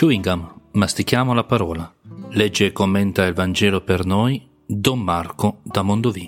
Chewing gum, mastichiamo la parola. Legge e commenta il Vangelo per noi Don Marco da Mondovì.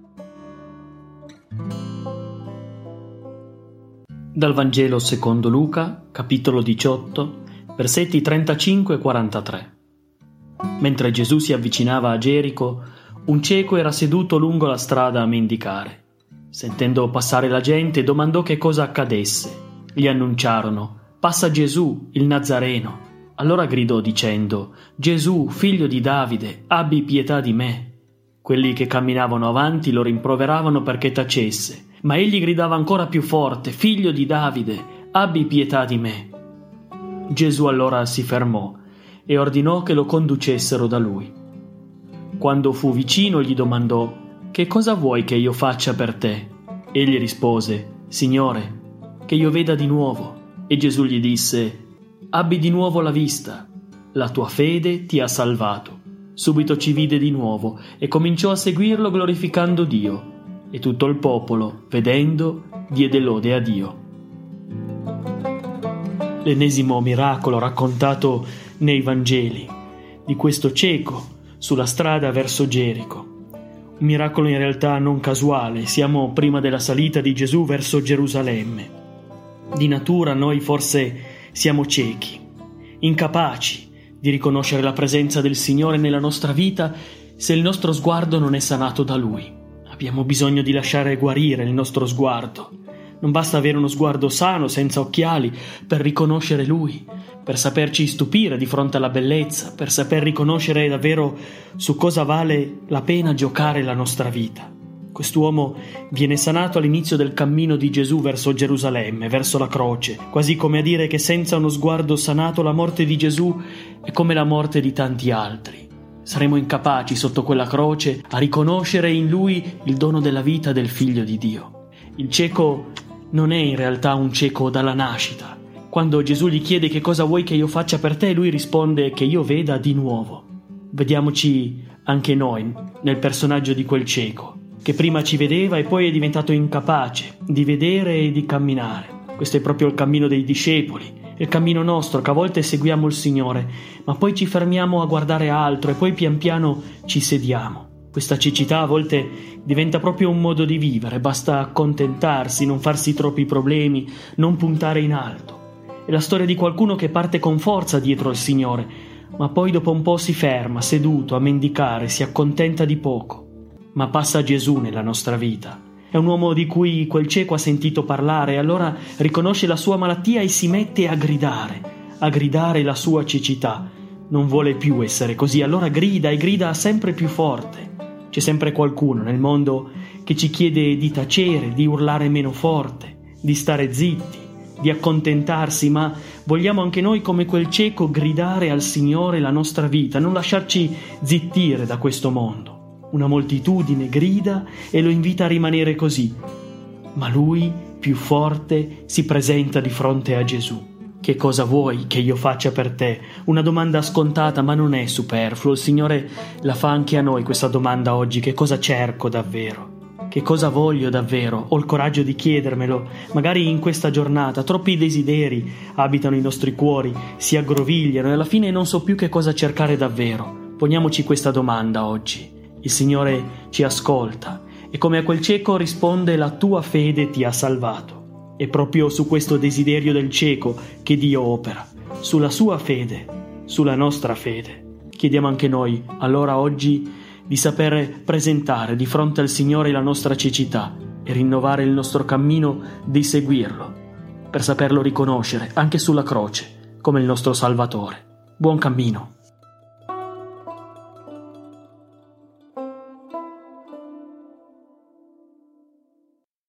Dal Vangelo secondo Luca, capitolo 18, versetti 35 e 43. Mentre Gesù si avvicinava a Gerico, un cieco era seduto lungo la strada a mendicare. Sentendo passare la gente, domandò che cosa accadesse. Gli annunciarono: «Passa Gesù, il Nazareno». Allora gridò dicendo: «Gesù, figlio di Davide, abbi pietà di me». Quelli che camminavano avanti lo rimproveravano perché tacesse, ma egli gridava ancora più forte: «Figlio di Davide, abbi pietà di me». Gesù allora si fermò e ordinò che lo conducessero da lui. Quando fu vicino gli domandò: «Che cosa vuoi che io faccia per te?» Egli rispose: «Signore, che io veda di nuovo». E Gesù gli disse: «Abbi di nuovo la vista, la tua fede ti ha salvato». Subito ci vide di nuovo e cominciò a seguirlo glorificando Dio. E tutto il popolo, vedendo, diede lode a Dio. L'ennesimo miracolo raccontato nei Vangeli, di questo cieco sulla strada verso Gerico. Un miracolo in realtà non casuale, siamo prima della salita di Gesù verso Gerusalemme. Di natura noi forse siamo ciechi, incapaci di riconoscere la presenza del Signore nella nostra vita se il nostro sguardo non è sanato da Lui. Abbiamo bisogno di lasciare guarire il nostro sguardo. Non basta avere uno sguardo sano, senza occhiali, per riconoscere Lui, per saperci stupire di fronte alla bellezza, per saper riconoscere davvero su cosa vale la pena giocare la nostra vita. Quest'uomo viene sanato all'inizio del cammino di Gesù verso Gerusalemme, verso la croce, quasi come a dire che senza uno sguardo sanato la morte di Gesù è come la morte di tanti altri. Saremo incapaci sotto quella croce a riconoscere in Lui il dono della vita del Figlio di Dio. Il cieco non è in realtà un cieco dalla nascita. Quando Gesù gli chiede che cosa vuoi che io faccia per te, lui risponde che io veda di nuovo. Vediamoci anche noi nel personaggio di quel cieco, che prima ci vedeva e poi è diventato incapace di vedere e di camminare. Questo è proprio il cammino dei discepoli, il cammino nostro, che a volte seguiamo il Signore, ma poi ci fermiamo a guardare altro e poi pian piano ci sediamo. Questa cecità a volte diventa proprio un modo di vivere, basta accontentarsi, non farsi troppi problemi, non puntare in alto. È la storia di qualcuno che parte con forza dietro al Signore, ma poi dopo un po' si ferma, seduto a mendicare, si accontenta di poco. Ma passa Gesù nella nostra vita. È un uomo di cui quel cieco ha sentito parlare e allora riconosce la sua malattia e si mette a gridare la sua cecità. Non vuole più essere così, allora grida e grida sempre più forte. C'è sempre qualcuno nel mondo che ci chiede di tacere, di urlare meno forte, di stare zitti, di accontentarsi, ma vogliamo anche noi come quel cieco gridare al Signore la nostra vita, non lasciarci zittire da questo mondo. Una moltitudine grida e lo invita a rimanere così, ma lui, più forte, si presenta di fronte a Gesù. «Che cosa vuoi che io faccia per te?» Una domanda scontata, ma non è superfluo. Il Signore la fa anche a noi questa domanda oggi: che cosa cerco davvero? Che cosa voglio davvero? Ho il coraggio di chiedermelo. Magari in questa giornata troppi desideri abitano i nostri cuori, si aggrovigliano e alla fine non so più che cosa cercare davvero. Poniamoci questa domanda oggi. Il Signore ci ascolta e come a quel cieco risponde: «La tua fede ti ha salvato». È proprio su questo desiderio del cieco che Dio opera, sulla sua fede, sulla nostra fede. Chiediamo anche noi allora oggi di saper presentare di fronte al Signore la nostra cecità e rinnovare il nostro cammino di seguirlo, per saperlo riconoscere anche sulla croce come il nostro Salvatore. Buon cammino!